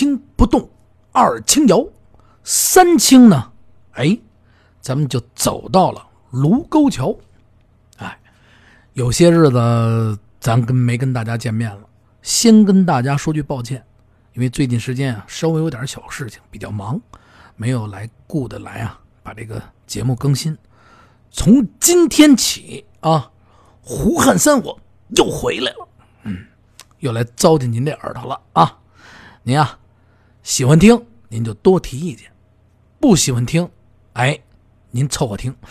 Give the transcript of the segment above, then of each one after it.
清不动，二清摇，三清呢，咱们就走到了卢沟桥。有些日子咱没跟大家见面了，先跟大家说句抱歉，因为最近时间稍微有点小事情，比较忙，没有顾得来把这个节目更新。从今天起胡汉三我又回来了，又来糟践您这耳朵了您喜欢听您就多提意见，不喜欢听您凑合听。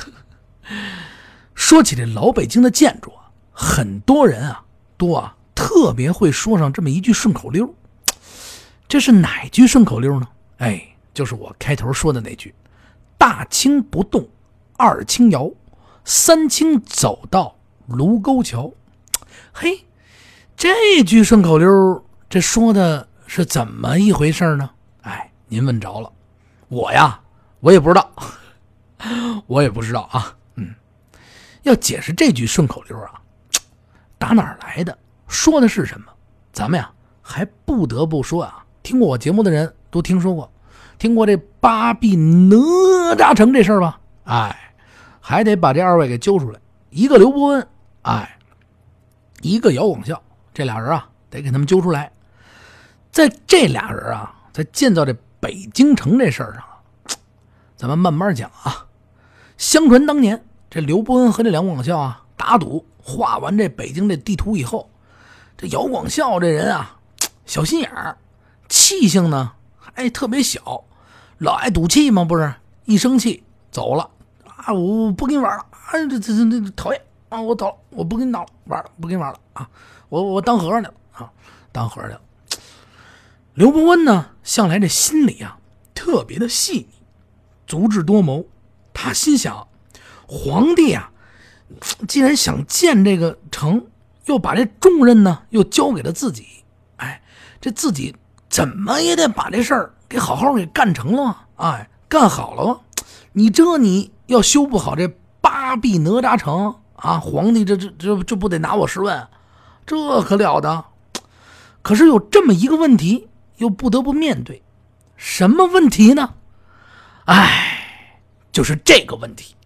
说起这老北京的建筑很多人都特别会说上这么一句顺口溜。这是哪句顺口溜呢？就是我开头说的那句：大清不动，二清摇，三清走到卢沟桥。这句顺口溜这说的是怎么一回事呢？您问着了，我也不知道，我也不知道要解释这句顺口溜打哪儿来的，说的是什么，咱们还不得不说听过我节目的人都听说过，听过这八臂哪吒城这事儿吧？还得把这二位给揪出来，一个刘伯温，一个姚广孝，这俩人得给他们揪出来。在这俩人在建造这北京城这事儿上咱们慢慢讲相传当年这刘伯温和这梁广孝打赌画完这北京这地图以后，这姚广孝这人小心眼儿，气性呢还特别小，老爱赌气嘛，不是一生气走了我不跟你玩了这讨厌我走了，我不跟你闹了，玩了，不跟你玩了我当和尚去了当和尚去了。刘伯温呢向来这心里特别的细腻，足智多谋，他心想皇帝既然想建这个城，又把这重任呢又交给了自己，这自己怎么也得把这事儿给好好给干成了干好了你要修不好这八臂哪吒城皇帝这不得拿我10万，这可了得。可是有这么一个问题又不得不面对，什么问题呢？就是这个问题。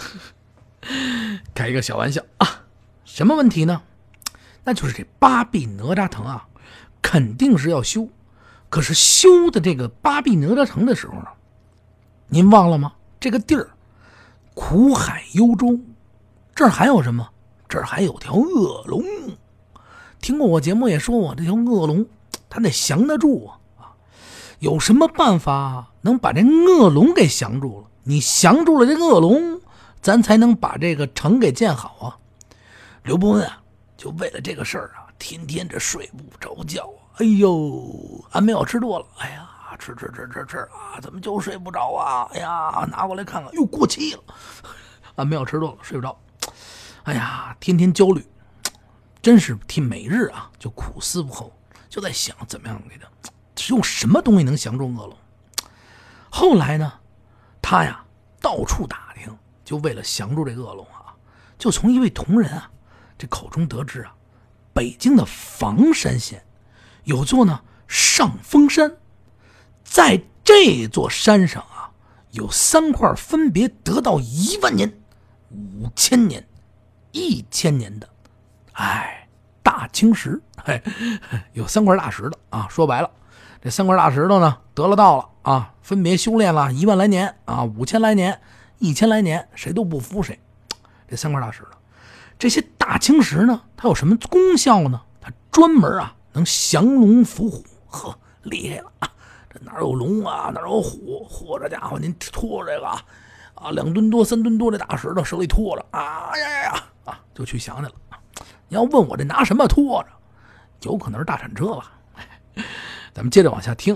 开一个小玩笑什么问题呢？那就是这八臂哪吒城肯定是要修，可是修的这个八臂哪吒城的时候呢，您忘了吗？这个地儿苦海幽州，这儿还有什么？这儿还有条恶龙。听过我节目也说过，这条恶龙它得降得住有什么办法能把这恶龙给降住了？你降住了这恶龙，咱才能把这个城给建好刘伯温就为了这个事儿天天这睡不着觉安眠药吃多了，吃怎么就睡不着拿过来看看，过期了，安眠药吃多了睡不着，天天焦虑，真是替每日就苦思不后，就在想怎么样给他用什么东西能降住恶龙。后来呢，他到处打听，就为了降住这恶龙就从一位同仁这口中得知北京的房山县有座呢上峰山，在这座山上有3块分别得到1万年、5000年、1000年的大青石。有3块大石头说白了，这3块大石头呢得了道了分别修炼了1万来年5000来年、1000来年，谁都不服谁。这3块大石头，这些大青石呢它有什么功效呢？它专门能降龙伏虎，厉害了这哪有龙哪有虎，这家伙您拖这个2吨多3吨多的大石头手里拖着就去降去了。你要问我这拿什么拖着，有可能是大铲车吧。咱们接着往下听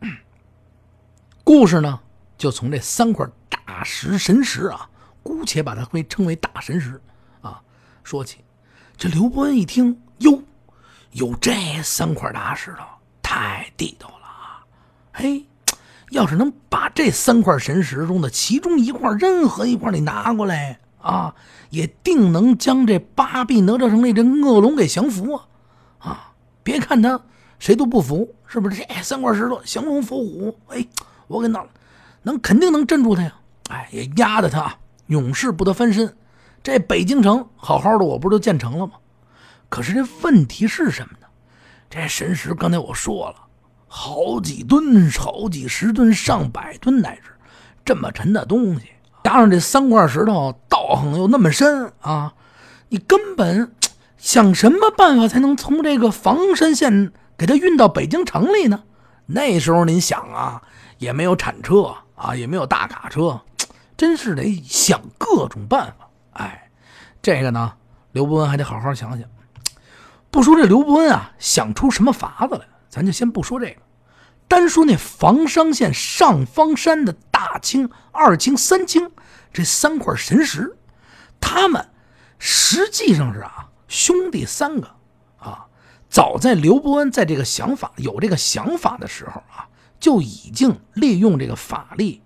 故事呢就从这3块大神石姑且把它称为大神石说起。这刘伯温一听，有这3块大石头太地道了要是能把这3块神石中的其中一块，任何一块你拿过来也定能将这八臂哪吒城内这恶龙给降服别看他谁都不服，是不是？这3块石头降龙伏虎，我给肯定能镇住他呀！也压得他永世不得翻身。这北京城好好的，我不是都建成了吗？可是这问题是什么呢？这神石刚才我说了，好几吨、好几十吨、上百吨乃至这么沉的东西，加上这3块石头道行又那么深啊，你根本想什么办法才能从这个房山县给它运到北京城里呢？那时候您想啊，也没有铲车啊，也没有大卡车，真是得想各种办法。这个呢，刘伯温还得好好想想。不说这刘伯温啊想出什么法子来，咱就先不说这个，单说那房山县上方山的大青、二青、三青这3块神石，他们实际上是兄弟3个早在刘伯温在这个有这个想法的时候就已经利用这个法力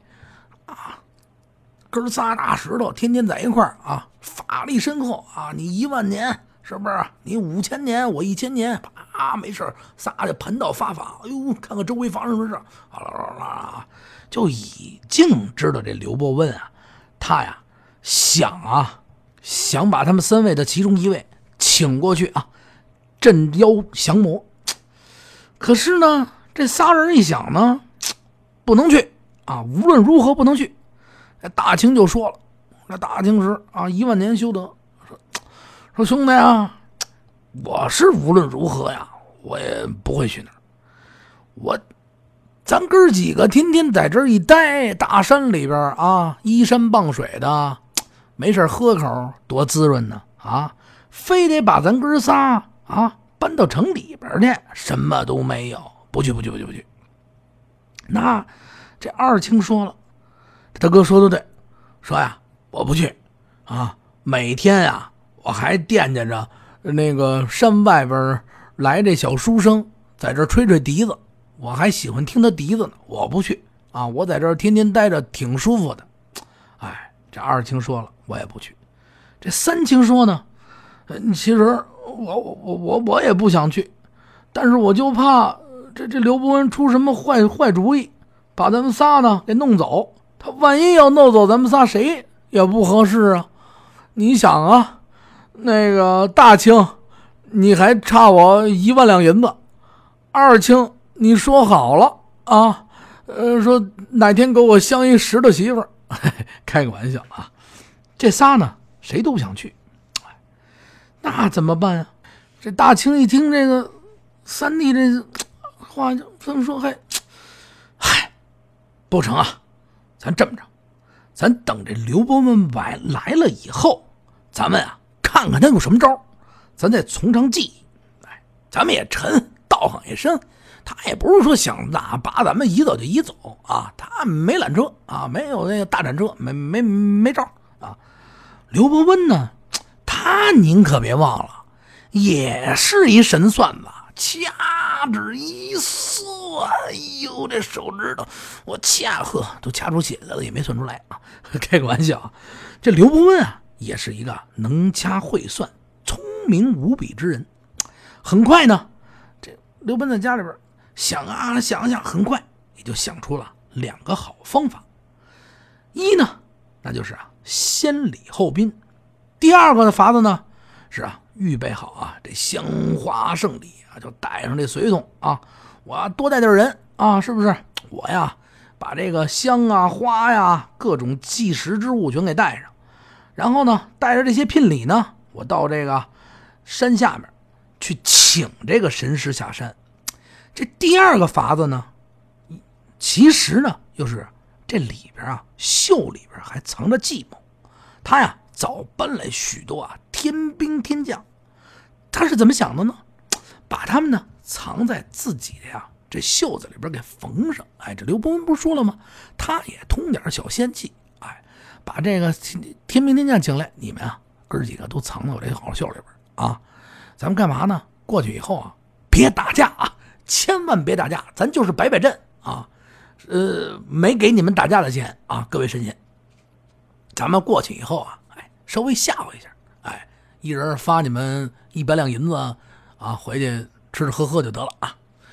哥仨大石头天天在一块儿法力深厚你1万年是不是？你5000年，我1000年，没事仨就盘道发法，看看周围发生什么事，就已经知道这刘伯温他想把他们3位的其中1位请过去镇妖降魔。可是呢，这仨人一想呢，不能去无论如何不能去。大清就说了，那大清时1万年修得，说兄弟我是无论如何我也不会去那儿。咱哥几个天天在这儿一待，大山里边依山傍水的，没事喝口多滋润呢非得把咱哥仨搬到城里边去，什么都没有，不去。那这二清说了，大哥说的对，说我不去每天我还惦记着那个山外边来这小书生在这吹笛子，我还喜欢听他笛子呢，我不去我在这天天待着挺舒服的。这二清说了，我也不去。这三清说呢，其实我也不想去，但是我就怕这刘伯温出什么坏主意，把咱们仨呢给弄走。他万一要弄走咱们仨，谁也不合适你想那个大清你还差我1万两银子，二清你说好了说哪天给我相一石头媳妇儿开个玩笑这仨呢谁都不想去。那怎么办这大清一听这个三弟这话就这么说，不成咱这么着，咱等这刘伯温来了以后，咱们看看他有什么招，咱再从长计议。咱们也沉，道行也深，他也不是说想把咱们移走就移走他没缆车没有那个大缆车，没招刘伯温呢，他您可别忘了，也是一神算子，掐指一算，这手指头我都掐出血来了，也没算出来开个玩笑这刘伯温也是一个能掐会算、聪明无比之人。很快呢，这刘伯温在家里边想很快也就想出了2个好方法。一呢，那就是先礼后宾；第二个的法子呢是预备好这香花圣礼就带上这随从我多带点人是不是？我把这个香花各种祭食之物全给带上，然后呢带着这些聘礼呢，我到这个山下面去请这个神石下山。这第二个法子呢，其实呢又是这里边袖里边还藏着计谋。他早搬来许多天兵天将，他是怎么想的呢？把他们呢藏在自己的这袖子里边给缝上。这刘伯温不是说了吗？他也通点小仙气，把这个天兵天将请来，你们哥几个都藏在我这好袖里边咱们干嘛呢？过去以后别打架千万别打架，咱就是摆阵没给你们打架的钱各位神仙。咱们过去以后稍微吓唬一下，一人发你们100两银子回去吃吃喝喝就得了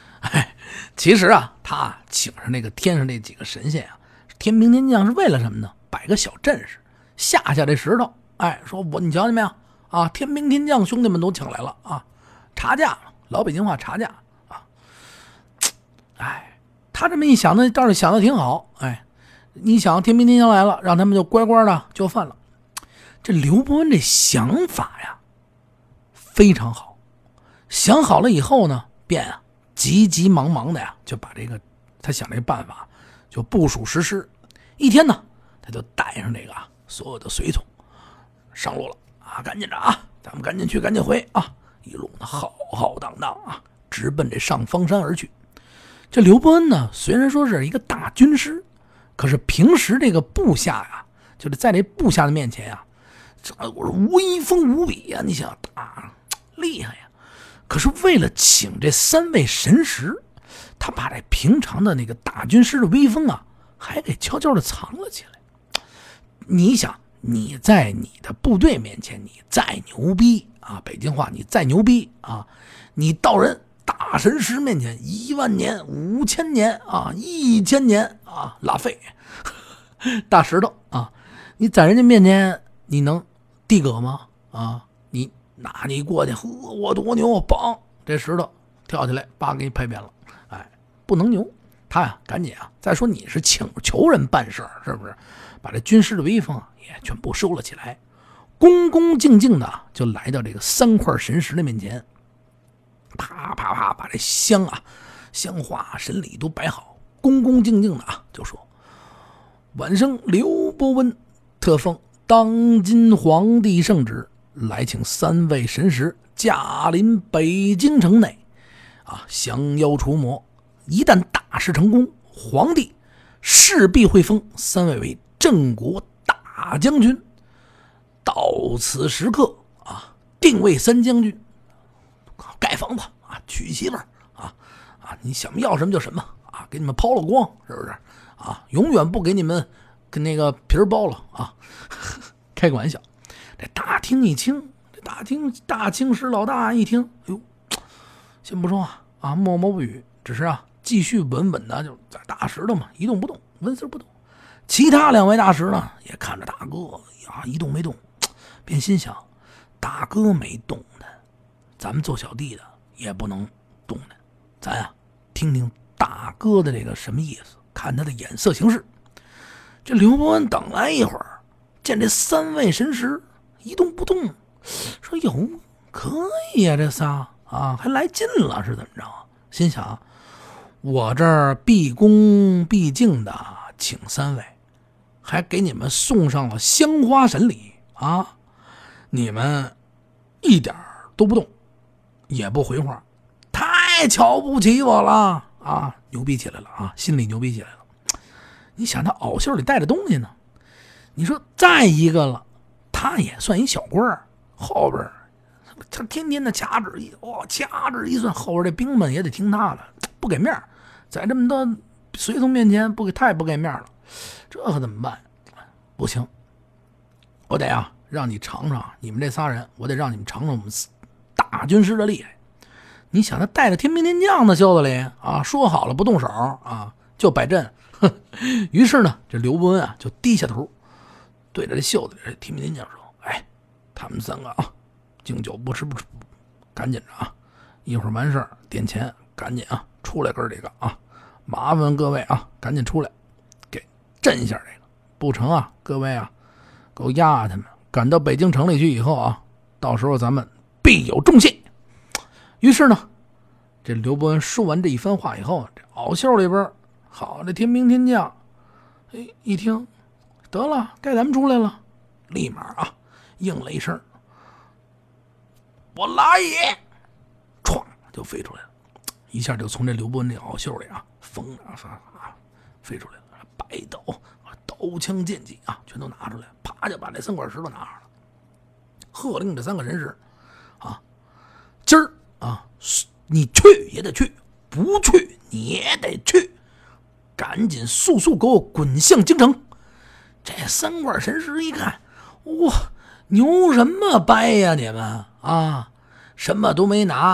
其实啊，他请上那个天上那几个神仙啊，天兵天将是为了什么呢？摆个小阵势，下这石头。哎，说你瞧见没有啊？天兵天将兄弟们都请来了啊，查价了，老北京话查价啊。哎，他这么一想呢，倒是想的挺好。哎，你想天兵天将来了，让他们就乖乖的就范了。这刘伯温这想法呀，非常好。想好了以后呢，便啊急急忙忙的呀，就把这个他想这个办法就部署实施。一天呢，他就带上这个所有的随从上路了啊，赶紧着啊，咱们赶紧去，赶紧回啊！一路呢浩浩荡荡啊，直奔这上方山而去。这刘伯温呢，虽然说是一个大军师，可是平时这个部下呀，就是在这部下的面前呀，我是威风无比呀！你想啊，厉害呀！可是为了请这3位神识，他把这平常的那个大军师的威风啊，还给悄悄的藏了起来。你想，你在你的部队面前，你再牛逼啊，北京话，你再牛逼啊，你到人大神识面前，10000年、5000年啊，1000年啊，拉废大石头啊，你在人家面前，你能地格吗？啊，你过去，呵，我多牛，梆，这石头跳起来，叭给你拍扁了。哎，不能牛，他呀赶紧啊！再说你是请求人办事，是不是？把这军师的威风啊也全部收了起来，恭恭敬敬的就来到这个3块神石的面前，啪啪啪把这香花神礼都摆好，恭恭敬敬的啊就说：“晚生刘伯温，特奉当今皇帝圣旨。”来请3位神识驾临北京城内啊，降妖除魔。一旦大事成功，皇帝势必会封3位为镇国大将军。到此时刻啊，定位3将军，盖房子啊，娶媳妇啊，你想要什么就什么啊，给你们抛了光，是不是啊？永远不给你们跟那个皮儿剥了啊！开个玩笑。这大厅一听，这大清使老大一听，哎呦，先不说啊，默默不语，只是继续稳稳的就在大石头嘛一动不动，纹丝不动。其他2位大使呢也看着大哥呀一动没动，便心想，大哥没动的，咱们做小弟的也不能动的，咱听听大哥的这个什么意思，看他的眼色行事。这刘伯温等来一会儿，见这3位神识一动不动，说哟，可以呀，这仨啊还来劲了是怎么着？心想，我这儿毕恭毕敬的请3位，还给你们送上了香花神礼啊，你们一点都不动，也不回话，太瞧不起我了啊！牛逼起来了啊，心里牛逼起来了。你想他袄袖里带着东西呢，你说再一个了。他也算一小官儿，后边他天天的掐指一算，后边这兵们也得听他的，不给面，在这么多随从面前太不给面了，这可怎么办？不行，我得让你尝尝，你们这仨人，我得让你们尝尝我们大军师的厉害。你想他带着天兵天将的袖子里啊，说好了不动手啊，就摆阵。于是呢，这刘伯温就低下头。对着这袖子里这天兵天将说：“哎，他们3个敬酒不吃不吃，赶紧着一会儿完事点钱，赶紧出来根这个麻烦各位赶紧出来，给震一下这个，不成各位给我压他们，赶到北京城里去以后到时候咱们必有重谢。”于是呢，这刘伯温说完这一番话以后，这袄袖里边好这天兵天将，一听。得了，该咱们出来了，立马应了一声：“我来也！”唰就飞出来了，一下就从这刘伯温这袄袖里风飞出来了，白刀、刀枪剑戟全都拿出来，啪就把这3块石头拿上了，喝令这3个神识今儿你去也得去，不去你也得去，赶紧速速给我滚向京城。这3块神石一看，哇，牛什么掰呀你们什么都没拿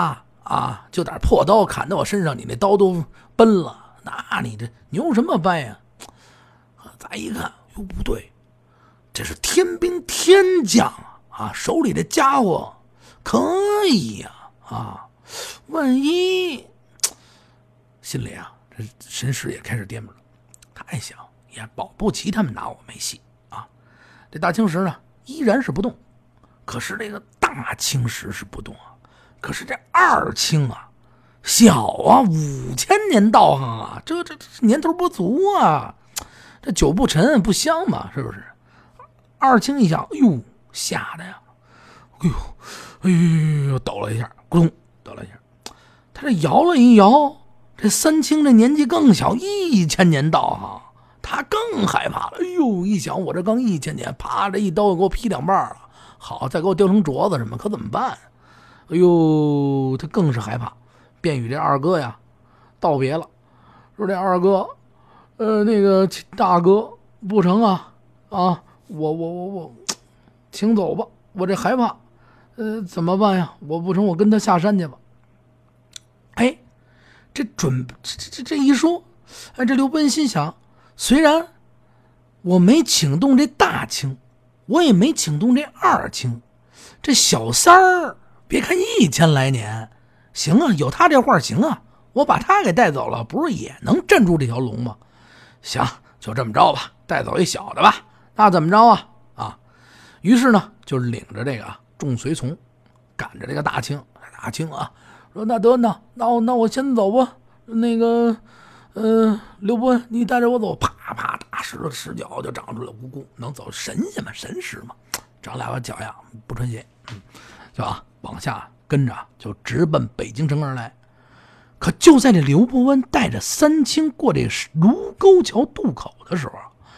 啊，就点破刀砍到我身上，你那刀都崩了，那你这牛什么掰呀？再一看，哟，不对，这是天兵天将啊，手里的家伙可以呀啊，万一心里啊，这神识也开始颠簸了。他还想，也保不齐他们拿我没戏啊。这大青石呢，依然是不动，可是这个大青石是不动啊。可是这二青啊，小啊，5000年道行啊，这年头不足啊，这酒不沉不香嘛，是不是？二青一想，哎呦，吓得呀，哎呦，抖了一下，咕咚，抖了一下。他这摇了一摇，这三青这年纪更小，1000年道行，他更害怕了。哎呦，一想我这刚1000年，啪，这一刀给我劈2半了，好，再给我雕成镯子什么，可怎么办？哎呦，他更是害怕，便与这二哥呀道别了，说这二哥，那个大哥不成啊，我请走吧，我这害怕，怎么办呀？我不成，我跟他下山去吧。哎，这一说，哎，这刘伯温心想，虽然我没请动这大青，我也没请动这二青，这小三儿。别看1000来年，行啊，有他这话行啊，我把他给带走了，不是也能镇住这条龙吗？行，就这么着吧，带走一小的吧，那怎么着啊？啊，于是呢，就领着这个众随从，赶着这个大青啊，说那得那我先走吧，那个刘伯温，你带着我走，啪啪大石脚就长出来蜈蚣，能走神仙嘛，神石嘛，长2个脚呀，不穿鞋，就往下跟着就直奔北京城而来。可就在这刘伯温带着三清过这卢沟桥渡口的时候，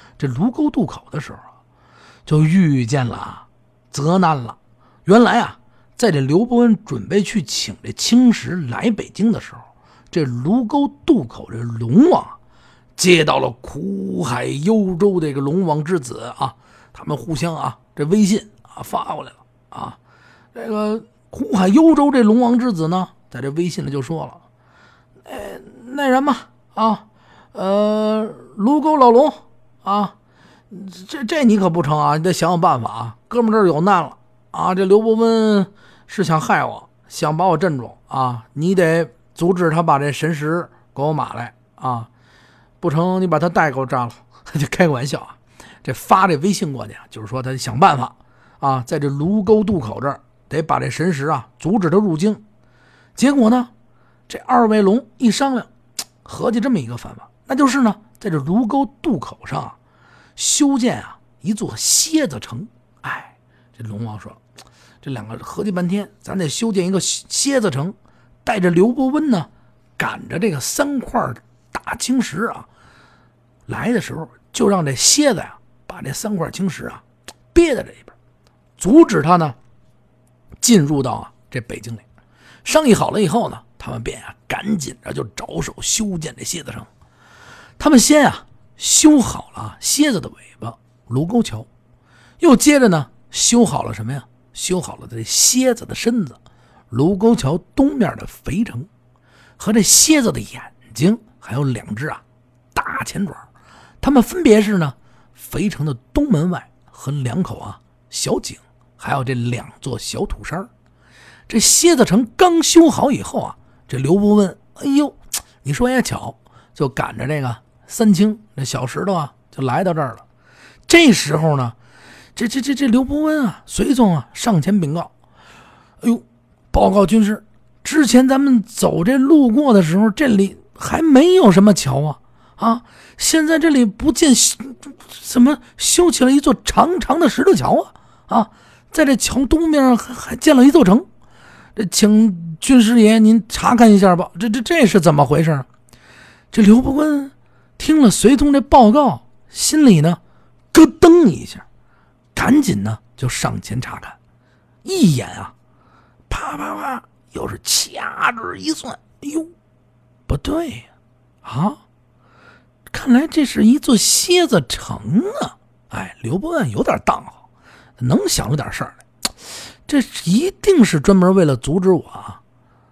就遇见了责难了。原来啊，在这刘伯温准备去请这青石来北京的时候，这卢沟渡口这龙王接到了苦海幽州这个龙王之子啊，他们互相啊这微信啊发过来了啊，这个苦海幽州这龙王之子呢，在这微信里就说了，那人嘛啊，卢沟老龙啊，这你可不成啊，你得想办法啊，哥们这儿有难了啊，这刘伯温是想害我，想把我镇住啊，你得阻止他把这神石给我买来啊，不成你把他带给我炸了。就开个玩笑啊，这发这微信过去啊，就是说他想办法啊，在这卢沟渡口这儿得把这神石啊阻止他入京。结果呢，这2位龙一商量，合计这么一个办法，那就是呢，在这卢沟渡口上啊修建啊一座蝎子城。哎，这龙王说，这2个合计半天，咱得修建一个蝎子城，带着刘伯温呢，赶着这个3块大青石啊来的时候，就让这蝎子呀把这3块青石啊憋在这里边，阻止他呢进入到这北京里。商议好了以后呢，他们便赶紧着就着手修建这蝎子城。他们先修好了蝎子的尾巴卢沟桥，又接着呢修好了什么呀？修好了这蝎子的身子卢沟桥东面的肥城，和这蝎子的眼睛，还有2只大前爪。他们分别是呢肥城的东门外和2口小井，还有这2座小土山。这蝎子城刚修好以后这刘伯温，哎呦，你说也巧，就赶着这个三清这小石头就来到这儿了。这时候呢，这刘伯温随从上前禀告，哎呦，报告军师，之前咱们走这路过的时候，这里还没有什么桥现在这里不见怎么修起了一座长长的石头桥在这桥东面还建了一座城。这请军师爷您查看一下吧，这是怎么回事呢？这刘伯温听了随从这报告，心里呢咯噔一下，赶紧呢就上前查看，一眼啪啪啪，又是掐指一算，哎呦，不对呀看来这是一座蝎子城啊！哎，刘伯温有点当好，能想出点事儿来。这一定是专门为了阻止我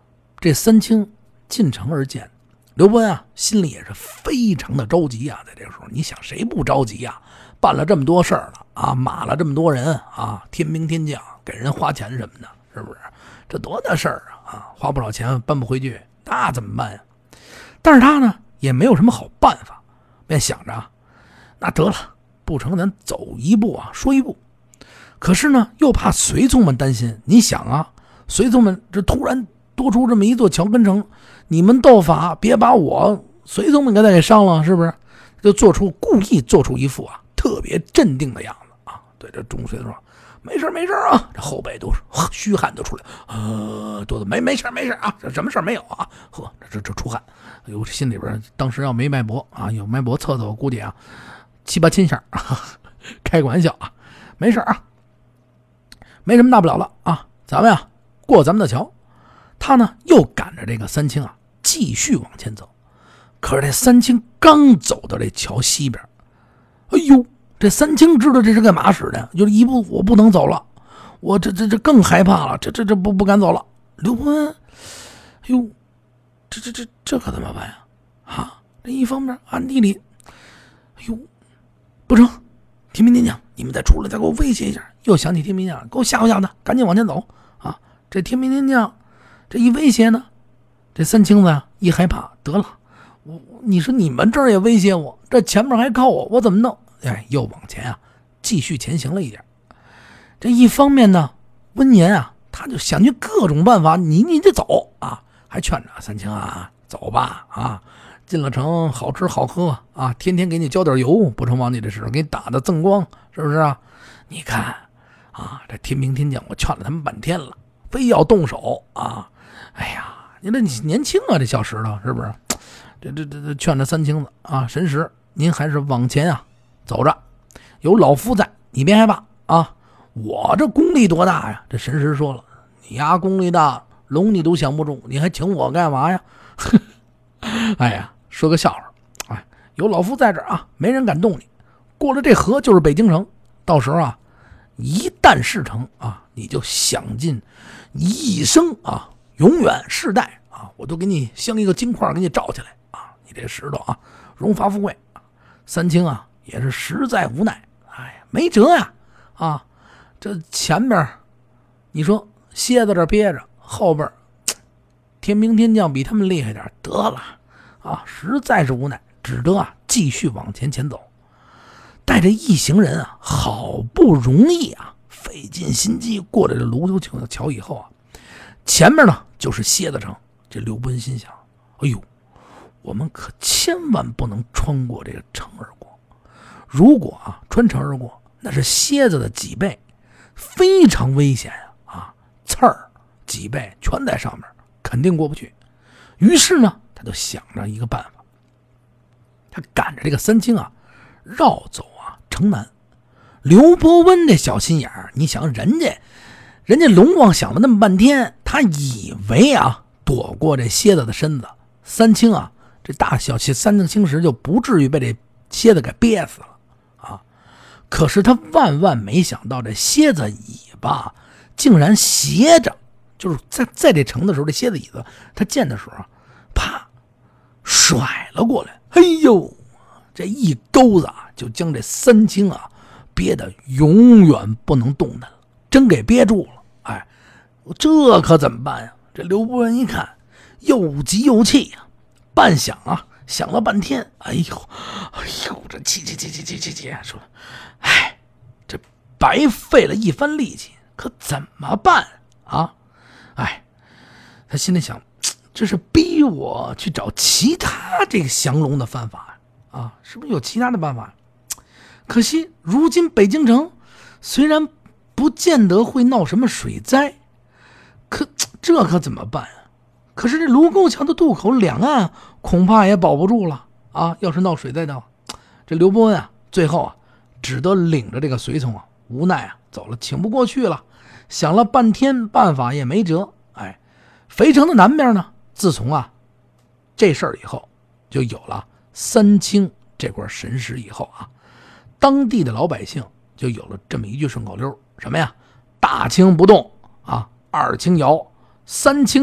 这三清进城而见。刘伯温啊，心里也是非常的着急啊。在这个时候，你想谁不着急啊？办了这么多事儿了啊，马了这么多人啊，天兵天将，给人花钱什么的，是不是？这多大事儿啊！花不少钱搬不回去，那怎么办呀？但是他呢，也没有什么好办法，便想着，那得了，不成，咱走一步啊，说一步。可是呢，又怕随从们担心。你想啊，随从们这突然多出这么一座桥根城，你们斗法，别把我随从们给伤了，是不是？就故意做出一副啊特别镇定的样子啊，对这众随从说：“没事没事啊。”这后背都虚汗都出来，多的没事啊，这什么事没有啊？呵，这出汗，哎呦，这心里边当时要没脉搏啊，有脉搏测测，我估计啊7、8千下，开个玩笑啊，没事啊，没什么大不了了啊，咱们呀过咱们的桥。他呢又赶着这个三清啊继续往前走。可是这三清刚走到这桥西边，哎呦，这三清知道这是干嘛使的，就是一步我不能走了，我这更害怕了，这不敢走了。刘伯温，哎呦，这可怎么办呀？啊，这一方面暗地里，哎呦，不成，天兵天将，你们再出来，再给我威胁一下。又想起天兵天将，给我吓唬吓唬，赶紧往前走啊！这天兵天将这一威胁呢，这三清子呀一害怕，得了，你说你们这儿也威胁我，这前面还靠我怎么弄？哎，又往前啊继续前行了一点。这一方面呢，温言啊他就想去各种办法，你得走啊，还劝着三清啊走吧啊，进了城好吃好喝啊，天天给你浇点油，不成往你这时候给你打的锃光，是不是啊？你看啊，这天兵天将我劝了他们半天了，非要动手啊！哎呀，你年轻啊，这小石头是不是？这劝着三清子啊，神识，您还是往前啊走着，有老夫在，你别害怕啊！我这功力多大呀？这神识说了，你呀功力大，龙你都想不中，你还请我干嘛呀？哎呀，说个笑话，哎，有老夫在这儿啊，没人敢动你。过了这河就是北京城，到时候啊，一旦事成啊，你就享尽一生啊，永远世代啊，我都给你镶一个金块给你罩起来啊！你这石头啊，荣华富贵。三清啊，也是实在无奈，哎呀，没辙呀啊！这前面你说蝎子这憋着，后边天兵天将比他们厉害点，得了啊，实在是无奈，只得啊继续往前走。带着一行人啊，好不容易啊，费尽心机过了这卢沟桥以后啊，前面呢就是蝎子城。这刘伯温心想：哎呦，我们可千万不能穿过这个城而过。如果啊穿城而过，那是蝎子的几倍，非常危险啊！刺儿几倍全在上面，肯定过不去。于是呢，他就想着一个办法，他赶着这个三清啊，绕走啊城南。刘伯温这小心眼儿，你想人家龙王想了那么半天，他以为啊躲过这蝎子的身子，三清啊这大小三清石就不至于被这蝎子给憋死了啊。可是他万万没想到，这蝎子尾巴竟然斜着，就是在这城的时候，这蝎子尾巴他见的时候啊，啪甩了过来，哎呦，这一钩子啊，就将这三清啊憋得永远不能动弹了，真给憋住了。哎，这可怎么办呀？这刘伯温一看，又急又气呀，半晌啊，想了半天，哎呦，这气，说，哎，这白费了一番力气，可怎么办啊？哎，他心里想，这是逼我去找其他这个降龙的办法啊，是不是有其他的办法？可惜如今北京城虽然不见得会闹什么水灾，这可怎么办啊？可是这卢沟桥的渡口两岸恐怕也保不住了啊！要是闹水灾的话，这刘伯温啊，最后啊，只得领着这个随从啊，无奈啊，走了，请不过去了。想了半天，办法也没辙。哎，肥城的南边呢，自从啊这事儿以后，就有了三清这块神石以后啊，当地的老百姓就有了这么一句顺口溜，什么呀？大清不动啊，二清摇，三清呢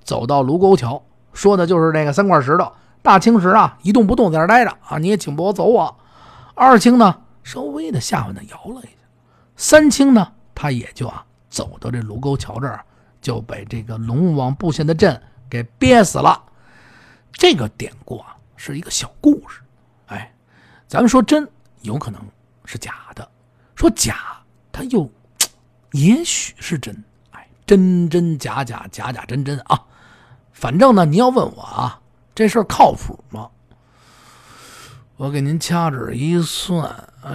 走到卢沟桥，说的就是这个3块石头。大青石啊一动不动在那儿待着啊，你也请不我走我。二青呢稍微的下巴呢摇了一下。三青呢他也就走到这卢沟桥这儿，就被这个龙王布下的阵给憋死了。这个典故是一个小故事，咱们说真有可能是假的，说假它又也许是真，真真假假，假假真真啊。反正呢你要问我这事儿靠谱吗？我给您掐指一算，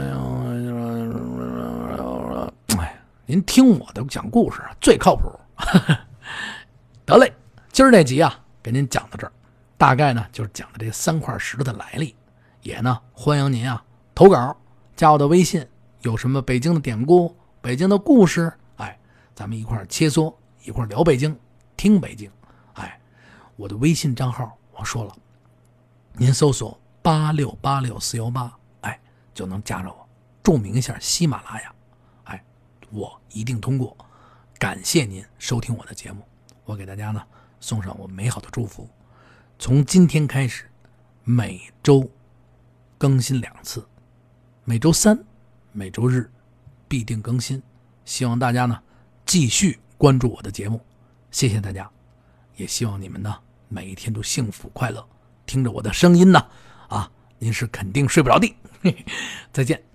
您听我的讲故事最靠谱。得嘞，今儿这集给您讲到这儿，大概呢就是讲的这3块石头的来历，也呢欢迎您投稿，加我的微信，有什么北京的典故、北京的故事，咱们一块切磋，一块聊北京，听北京。我的微信账号我说了，您搜索86864188，就能加着我，注明一下喜马拉雅，我一定通过。感谢您收听我的节目，我给大家呢送上我美好的祝福。从今天开始，每周更新2次，每周3、每周日必定更新。希望大家呢继续关注我的节目，谢谢大家，也希望你们呢每一天都幸福快乐。听着我的声音呢您是肯定睡不着的。再见。